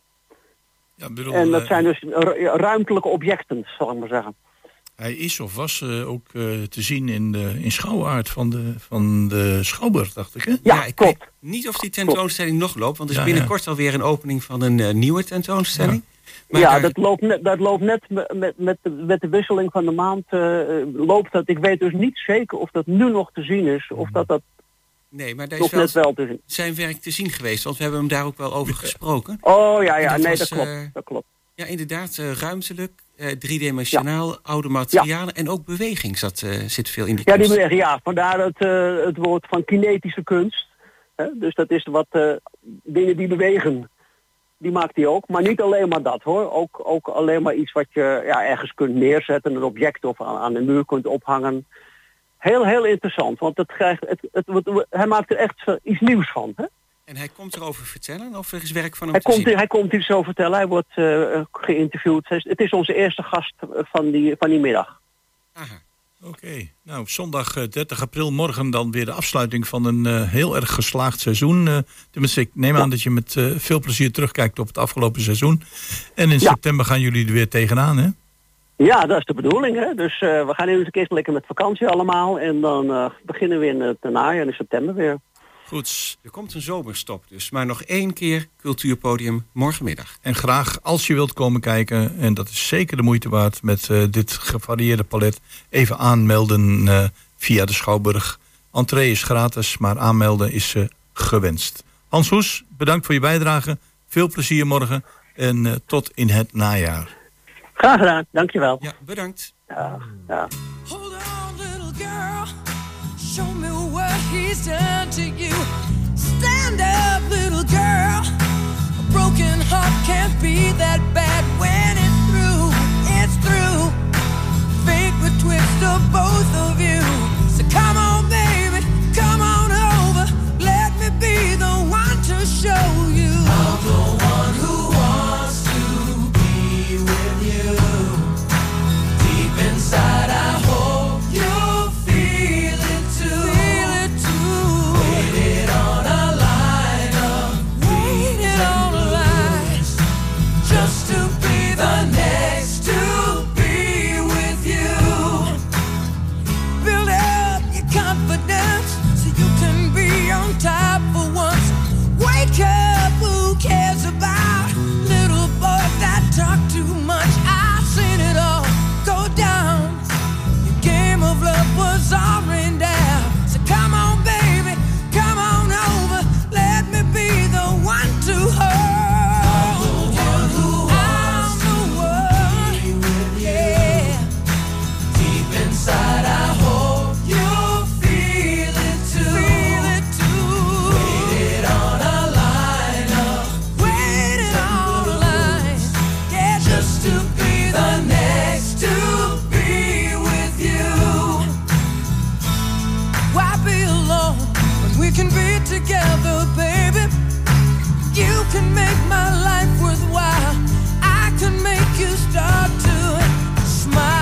Ja, bedoel, en dat zijn dus ruimtelijke objecten, zal ik maar zeggen. Hij is of was ook te zien in Schouwaard van de Schouwburg, dacht ik, hè? Ja, ik weet niet of die tentoonstelling nog loopt, want er is binnenkort alweer een opening van een nieuwe tentoonstelling. Ja. Maar dat loopt net met de wisseling van de maand loopt dat. Ik weet dus niet zeker of dat nu nog te zien is, of dat nee, maar daar is net wel te zien. Zijn werk te zien geweest, want we hebben hem daar ook wel over gesproken. Oh ja, dat klopt. Ja, inderdaad, ruimtelijk, driedimensionaal, oude materialen en ook beweging zit veel in die kunst. Ja, die beweging, vandaar het woord van kinetische kunst. Dus dat is wat dingen die bewegen. Die maakt hij ook, maar niet alleen maar dat hoor. Ook alleen maar iets wat je ergens kunt neerzetten, een object of aan de muur kunt ophangen. Heel, heel interessant, want hij maakt er echt iets nieuws van. Hè? En hij komt erover vertellen of er is werk van hem Hij komt iets over vertellen, hij wordt geïnterviewd. Het is onze eerste gast van die middag. Aha. Oké. Nou, zondag 30 april, morgen dan weer de afsluiting van een heel erg geslaagd seizoen. Tenminste, ik neem aan dat je met veel plezier terugkijkt op het afgelopen seizoen. En in september gaan jullie er weer tegenaan, hè? Ja, dat is de bedoeling, hè. Dus we gaan nu eens een keer lekker met vakantie allemaal. En dan beginnen we in het najaar in september weer. Goed, er komt een zomerstop dus. Maar nog 1 keer Cultuurpodium morgenmiddag. En graag, als je wilt komen kijken, en dat is zeker de moeite waard met dit gevarieerde palet, even aanmelden via de Schouwburg. Entree is gratis, maar aanmelden is gewenst. Hans Hoes, bedankt voor je bijdrage. Veel plezier morgen en tot in het najaar. Graag gedaan, dankjewel. Ja, bedankt. Ja. Hold on, little girl. Show me what he's done to you. Stand up, little girl. A broken heart can't be that bad when it's through. It's through. Fate would twist of both of you. So come on, baby, come on over. Let me be the one to show you. I'm the one who wants to be with you. Deep inside, I hope you'll feel it too. Feel it too. can make my life worthwhile. I can make you start to smile.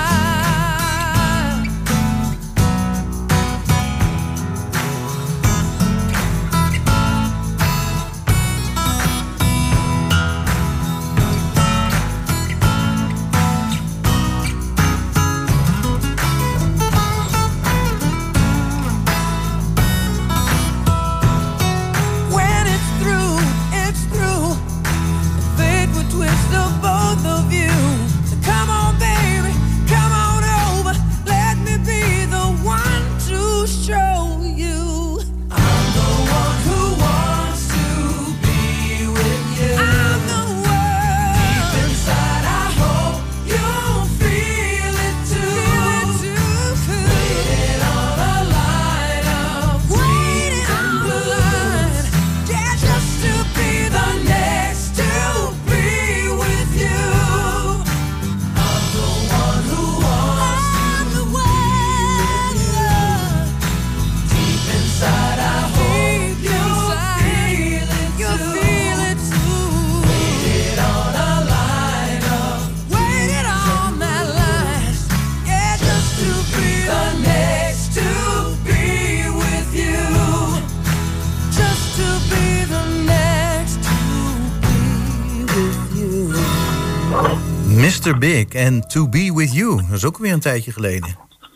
When it's through, it's through. Fate will twist the both of you. So come on, baby, come on over. Let me be the one to show you. I'm the one who wants to be with you. I'm the one. Deep inside, I hope you'll feel it too. Waiting on a line of waiting on the line. Yeah, just to be the next to be with you. I'm the one who wants to be with you. Deep inside, I hope you'll feel it too. Waiting on a line of waiting on that line. Yeah, just to be the next to be with you. Just to be the next to be with you. Mr. Big en To Be With You. Dat is ook weer een tijdje geleden.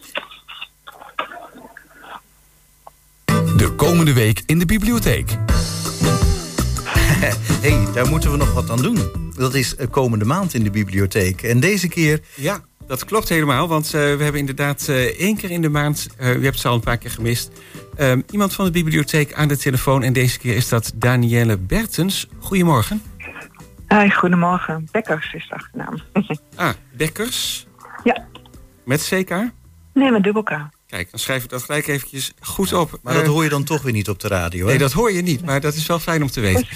De komende week in de bibliotheek. Hey, daar moeten we nog wat aan doen. Dat is komende maand in de bibliotheek. En deze keer... Ja, dat klopt helemaal. Want we hebben inderdaad 1 keer in de maand... u hebt ze al een paar keer gemist... iemand van de bibliotheek aan de telefoon. En deze keer is dat Danielle Bertens. Goedemorgen. Hi, goedemorgen. Bekkers is de achternaam. Bekkers? Ja. Met CK? Nee, met dubbel K. Kijk, dan schrijf ik dat gelijk eventjes goed op. Maar dat hoor je dan toch weer niet op de radio, hè? Nee, dat hoor je niet, maar dat is wel fijn om te weten.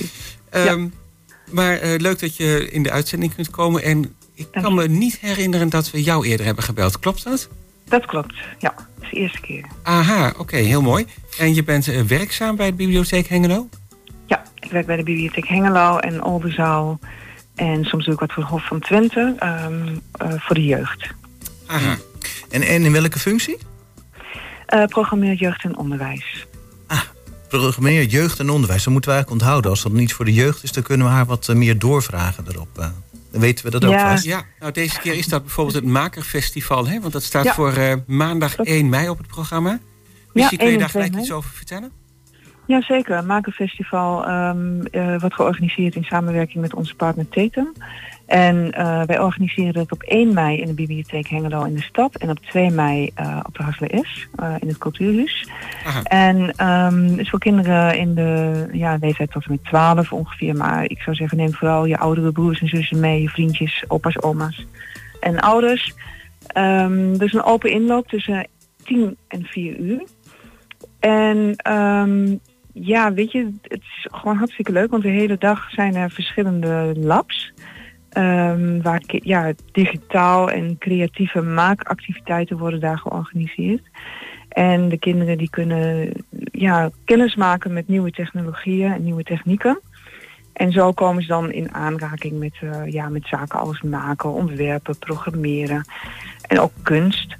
Maar leuk dat je in de uitzending kunt komen. En ik kan me niet herinneren dat we jou eerder hebben gebeld. Klopt dat? Dat klopt, ja. Dat is de eerste keer. Aha, oké, heel mooi. En je bent werkzaam bij de bibliotheek Hengelo? Ja, ik werk bij de bibliotheek Hengelo en Oldenzaal. En soms doe ik wat voor het Hof van Twente. Voor de jeugd. Aha. En in welke functie? Programmeer jeugd en onderwijs. Programmeer jeugd en onderwijs. Dat moeten we eigenlijk onthouden. Als dat niet voor de jeugd is, dan kunnen we haar wat meer doorvragen erop. Dan weten we dat ook vast. Ja, nou deze keer is dat bijvoorbeeld het Makerfestival. Hè? Want dat staat voor maandag 1 mei op het programma. Misschien kun je daar gelijk iets over vertellen? Jazeker, een Makerfestival wordt georganiseerd in samenwerking met onze partner Tatum. En wij organiseren het op 1 mei in de bibliotheek Hengelo in de stad. En op 2 mei op de Hassler S in het Cultuurhuis. Aha. En het is voor kinderen in de leeftijd tot en met 12 ongeveer. Maar ik zou zeggen, neem vooral je oudere broers en zussen mee. Je vriendjes, opa's, oma's en ouders. Dus een open inloop tussen 10 en 4 uur. En weet je, het is gewoon hartstikke leuk. Want de hele dag zijn er verschillende labs. Waar digitaal en creatieve maakactiviteiten worden daar georganiseerd. En de kinderen die kunnen kennis maken met nieuwe technologieën en nieuwe technieken. En zo komen ze dan in aanraking met zaken als maken, ontwerpen, programmeren en ook kunst.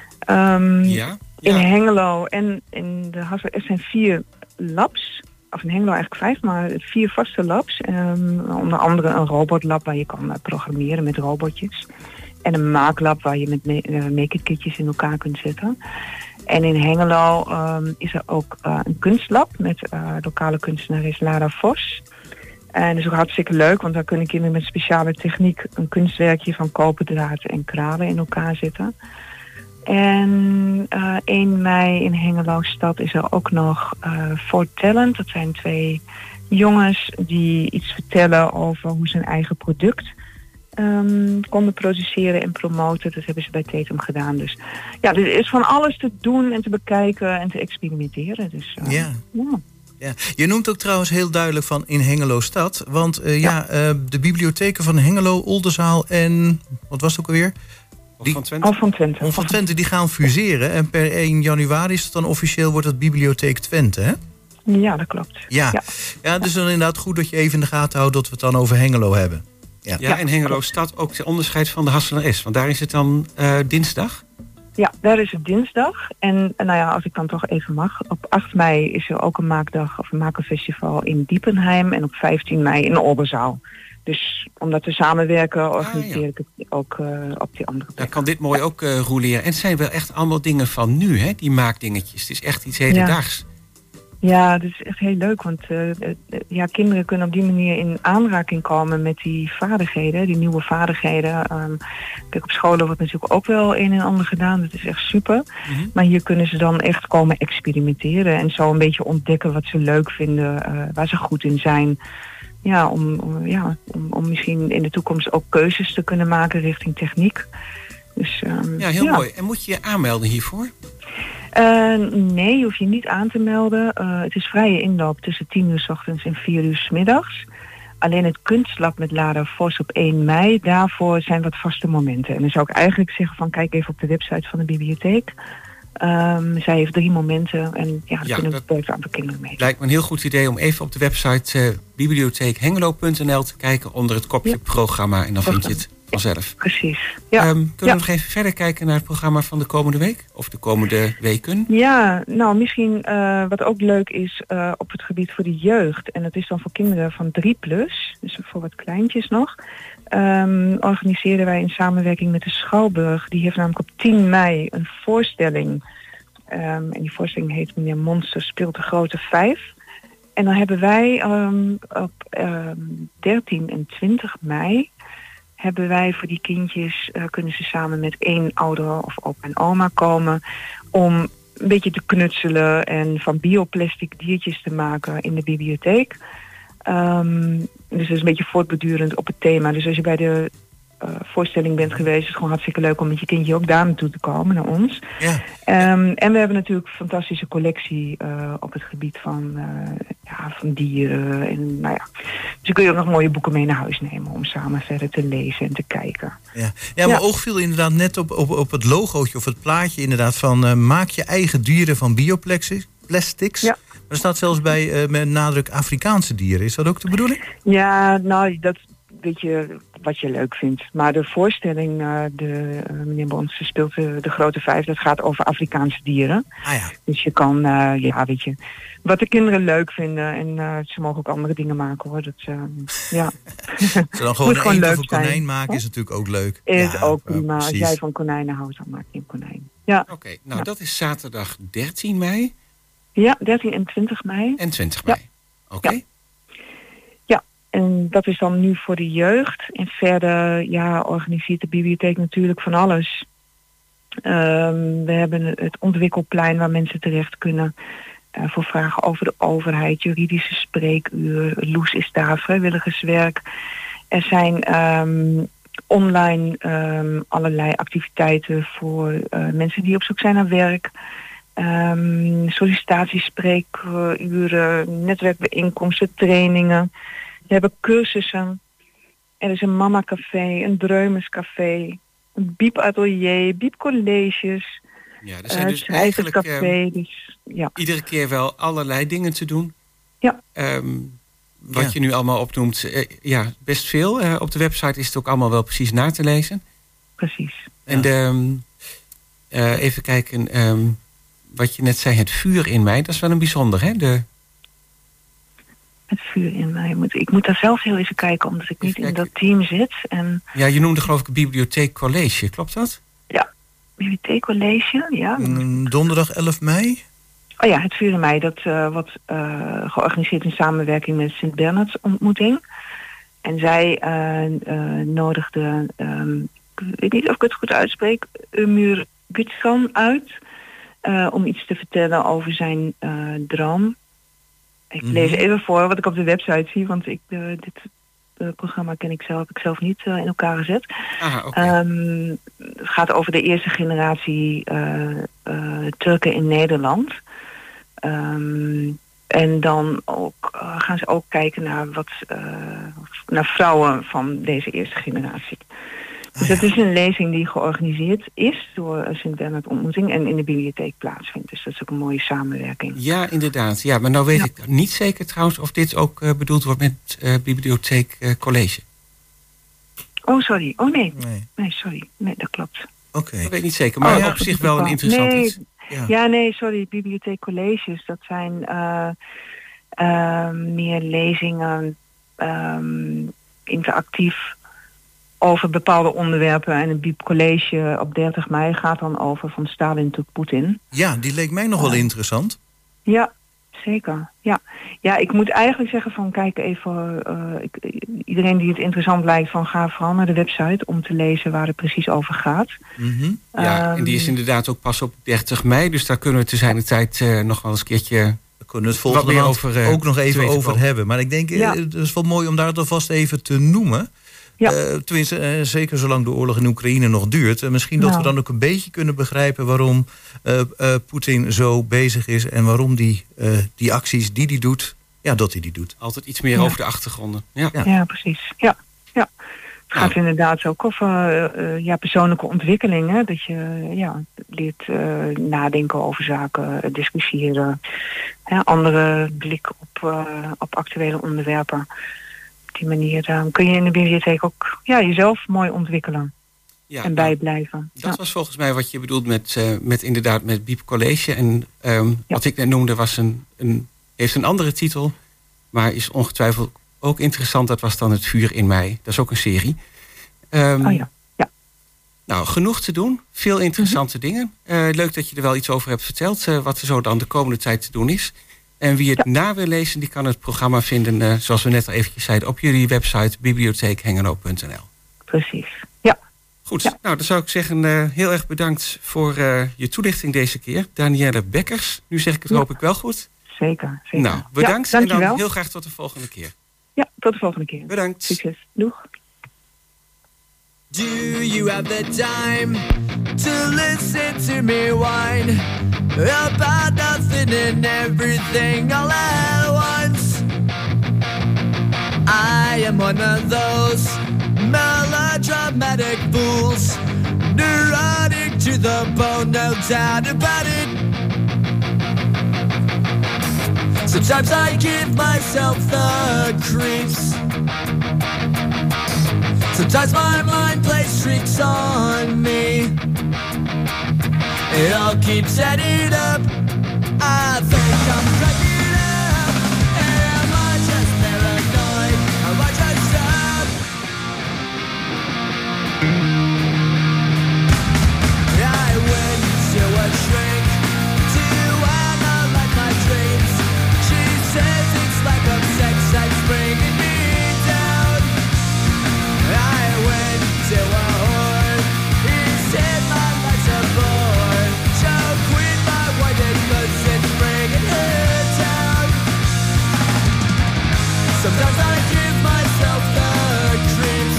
In Hengelo en in de Hassler S zijn 4 labs. Of in Hengelo eigenlijk 5, maar 4 vaste labs. Onder andere een robotlab waar je kan programmeren met robotjes. En een maaklab waar je met make-it kitjes in elkaar kunt zetten. En in Hengelo is er ook een kunstlab met lokale kunstenares Lara Vos. En dat is ook hartstikke leuk, want daar kunnen kinderen met speciale techniek een kunstwerkje van koperdraad en kralen in elkaar zetten. En 1 mei in Hengelo stad is er ook nog For Talent. Dat zijn 2 jongens die iets vertellen over hoe ze een eigen product konden produceren en promoten. Dat hebben ze bij Tatum gedaan. Dus ja, er is van alles te doen en te bekijken en te experimenteren. Dus, Ja. Je noemt ook trouwens heel duidelijk van in Hengelo stad. Want de bibliotheken van Hengelo, Oldenzaal en wat was het ook alweer? Hof van Twente. Die gaan fuseren. En per 1 januari is het dan officieel, wordt het Bibliotheek Twente, hè? Ja, dat klopt. Ja, dus dan inderdaad goed dat je even in de gaten houdt dat we het dan over Hengelo hebben. Ja, en Hengelo staat ook ten onderscheid van de Hasselaar S. Want daar is het dan dinsdag? Ja, daar is het dinsdag. En nou ja, als ik dan toch even mag. Op 8 mei is er ook een maakdag of een makerfestival in Diepenheim. En op 15 mei in Oldenzaal. Dus omdat we samenwerken, organiseer ik het ook op die andere plek. Dan kan dit mooi ook roleren. En het zijn wel echt allemaal dingen van nu, hè? Die maakdingetjes. Het is echt iets hedendaags. Ja, dat is echt heel leuk. Want kinderen kunnen op die manier in aanraking komen met die vaardigheden. Die nieuwe vaardigheden. Kijk, op scholen wordt natuurlijk ook wel een en ander gedaan. Dat is echt super. Mm-hmm. Maar hier kunnen ze dan echt komen experimenteren. En zo een beetje ontdekken wat ze leuk vinden. Waar ze goed in zijn. Ja, om misschien in de toekomst ook keuzes te kunnen maken richting techniek. Dus, heel mooi. En moet je je aanmelden hiervoor? Nee, je hoeft je niet aan te melden. Het is vrije inloop tussen 10 uur 's ochtends en 4 uur 's middags. Alleen het kunstlab met Lara Vos op 1 mei, daarvoor zijn wat vaste momenten. En dan zou ik eigenlijk zeggen van kijk even op de website van de bibliotheek. Zij heeft 3 momenten en daar kunnen een beperkt aantal kinderen mee. Lijkt me een heel goed idee om even op de website bibliotheekhengelo.nl te kijken onder het kopje programma en dan vind je het vanzelf. Precies. Kunnen we nog even verder kijken naar het programma van de komende week? Of de komende weken? Ja, nou misschien wat ook leuk is op het gebied voor de jeugd. En dat is dan voor kinderen van 3+, dus voor wat kleintjes nog. Organiseren wij in samenwerking met de Schouwburg. Die heeft namelijk op 10 mei een voorstelling. En die voorstelling heet Meneer Monster speelt de grote 5. En dan hebben wij op 13 en 20 mei... hebben wij voor die kindjes, kunnen ze samen met 1 ouder of opa en oma komen... om een beetje te knutselen en van bioplastic diertjes te maken in de bibliotheek. Dus dat is een beetje voortbedurend op het thema. Dus als je bij de voorstelling bent geweest, is het gewoon hartstikke leuk om met je kindje ook daar naartoe te komen, naar ons. Ja. En we hebben natuurlijk een fantastische collectie op het gebied van dieren. En, nou ja. Dus dan kun je ook nog mooie boeken mee naar huis nemen om samen verder te lezen en te kijken. Ja, mijn oog viel inderdaad net op het logootje of het plaatje inderdaad van maak je eigen dieren van bioplastics. Ja. Maar er staat zelfs bij met nadruk Afrikaanse dieren. Is dat ook de bedoeling? Ja, nou, dat weet je wat je leuk vindt. Maar de voorstelling, meneer Bons speelt de grote 5, dat gaat over Afrikaanse dieren. Dus je kan, weet je, wat de kinderen leuk vinden. En ze mogen ook andere dingen maken hoor. Dat, ja. Ze dan gewoon een eend of een konijn maken is natuurlijk ook leuk. Is ook prima. Als jij van konijnen houdt, dan maak je een konijn. Ja. Oké, dat is zaterdag 13 mei. Ja, 13 en 20 mei. En 20 mei. Oké. Ja, en dat is dan nu voor de jeugd. En verder, organiseert de bibliotheek natuurlijk van alles. We hebben het ontwikkelplein waar mensen terecht kunnen voor vragen over de overheid, juridische spreekuur. Loes is daar, vrijwilligerswerk. Er zijn online allerlei activiteiten voor mensen die op zoek zijn naar werk. Sollicitatiespreekuren, netwerkbijeenkomsten, trainingen. We hebben cursussen. Er is een mama-café, een dreumescafé, een biepatelier, biepcolleges. Ja, er zijn dus eigenlijk dus, iedere keer wel allerlei dingen te doen. Ja. Wat je nu allemaal opnoemt, best veel. Op de website is het ook allemaal wel precies na te lezen. Precies. En even kijken, wat je net zei, het vuur in mij, dat is wel een bijzonder, hè? Het vuur in mij. Ik moet daar zelf heel even kijken, omdat ik niet in dat team zit. En ja, je noemde geloof ik Bibliotheek College, klopt dat? Ja, Bibliotheek College, ja. Donderdag 11 mei? Oh ja, het vuur in mij, dat wordt georganiseerd in samenwerking met Sint-Bernards ontmoeting. En zij nodigde, ik weet niet of ik het goed uitspreek, Umur Gutsan uit om iets te vertellen over zijn droom. Ik lees even voor wat ik op de website zie, want dit programma heb ik zelf niet in elkaar gezet. Het gaat over de eerste generatie Turken in Nederland. En dan ook, gaan ze ook kijken naar naar vrouwen van deze eerste generatie. Dus dat is een lezing die georganiseerd is door Sint-Bernard Ontmoeting en in de bibliotheek plaatsvindt. Dus dat is ook een mooie samenwerking. Ja, inderdaad. Ja, maar nou weet ik niet zeker trouwens of dit ook bedoeld wordt met bibliotheek college. Oh, sorry. Oh, nee. Nee, sorry. Nee, dat klopt. Oké. Dat weet ik niet zeker, maar op zich wel een interessant iets. Ja, nee, sorry. Bibliotheek colleges, dat zijn meer lezingen interactief over bepaalde onderwerpen. En een bibliotheekcollege op 30 mei gaat dan over van Stalin tot Poetin. Ja, die leek mij nog wel interessant. Ja, zeker. Ja, ik moet eigenlijk zeggen van kijk even, iedereen die het interessant lijkt van ga vooral naar de website om te lezen waar het precies over gaat. Mm-hmm. Ja, en die is inderdaad ook pas op 30 mei, dus daar kunnen we te zijn de tijd nog wel eens een keertje. We kunnen het volgende maand ook nog even over hebben. Maar ik denk, het is wel mooi om daar het alvast even te noemen. Ja. Tenminste, zeker zolang de oorlog in Oekraïne nog duurt. Misschien dat we dan ook een beetje kunnen begrijpen waarom Poetin zo bezig is en waarom die acties die hij doet, dat hij die doet. Altijd iets meer over de achtergronden. Ja, precies. Ja. Het gaat inderdaad ook over persoonlijke ontwikkelingen. Dat je leert nadenken over zaken, discussiëren. Andere blik op actuele onderwerpen. Op die manier kun je in de bibliotheek ook jezelf mooi ontwikkelen. En bijblijven. Dat was volgens mij wat je bedoelt met Biep College. En wat ik net noemde heeft een andere titel. Maar is ongetwijfeld ook interessant. Dat was dan Het Vuur in Mei. Dat is ook een serie. Nou, genoeg te doen. Veel interessante dingen. Leuk dat je er wel iets over hebt verteld. Wat er zo dan de komende tijd te doen is. En wie het na wil lezen, die kan het programma vinden, zoals we net al eventjes zeiden, op jullie website bibliotheekhengelo.nl. Precies, ja. Goed, nou dan zou ik zeggen, heel erg bedankt voor je toelichting deze keer. Danielle Bekkers, nu zeg ik het hoop ik wel goed. Zeker. Nou, bedankt en dan heel graag tot de volgende keer. Ja, tot de volgende keer. Bedankt. Succes. Doeg. Do you have the time to listen to me whine about nothing and everything all at once? I am one of those melodramatic fools, neurotic to the bone, no doubt about it. Sometimes I give myself the creeps. Sometimes my mind plays tricks on me. It all keeps adding up. I think I'm cracking up. Am I just paranoid? Am I just up? I went to a shrink to analyze my dreams. She says it's like a sex that's bringing me down. I went to a whore. He said my life's a bore. So quit my white cause it's bringing her down. Sometimes I give myself the creeps.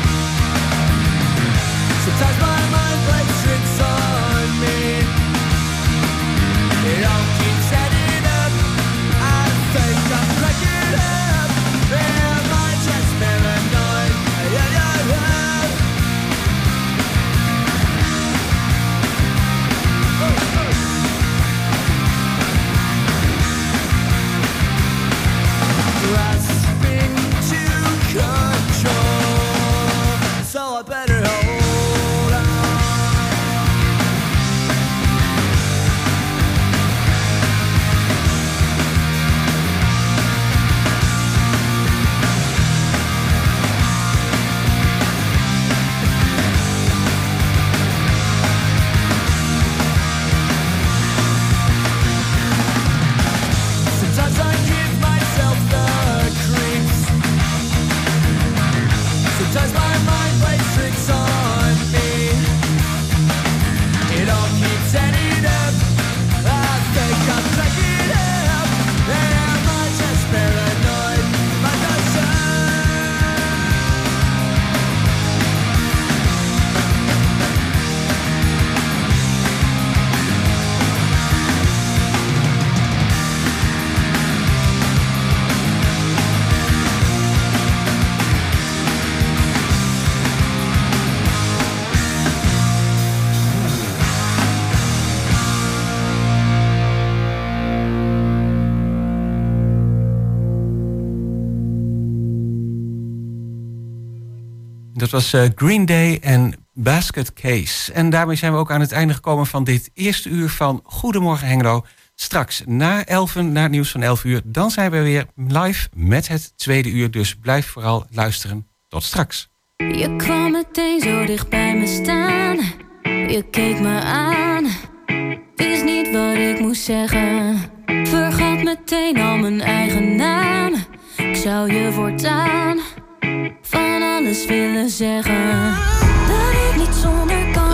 Sometimes my mind plays tricks on me. It all keeps adding up. I think I'm cracking up. Am I just paranoid? Grasping to control, so I better hold on. Dat was Green Day en Basket Case. En daarmee zijn we ook aan het einde gekomen van dit eerste uur van Goedemorgen Hengelo. Straks na 11 naar het nieuws van 11 uur. Dan zijn we weer live met het tweede uur. Dus blijf vooral luisteren. Tot straks. Je kwam meteen zo dicht bij me staan. Je keek me aan. Wist niet wat ik moest zeggen. Vergat meteen al mijn eigen naam. Ik zou je voortaan van alles willen zeggen. Dat ik niet zonder kan.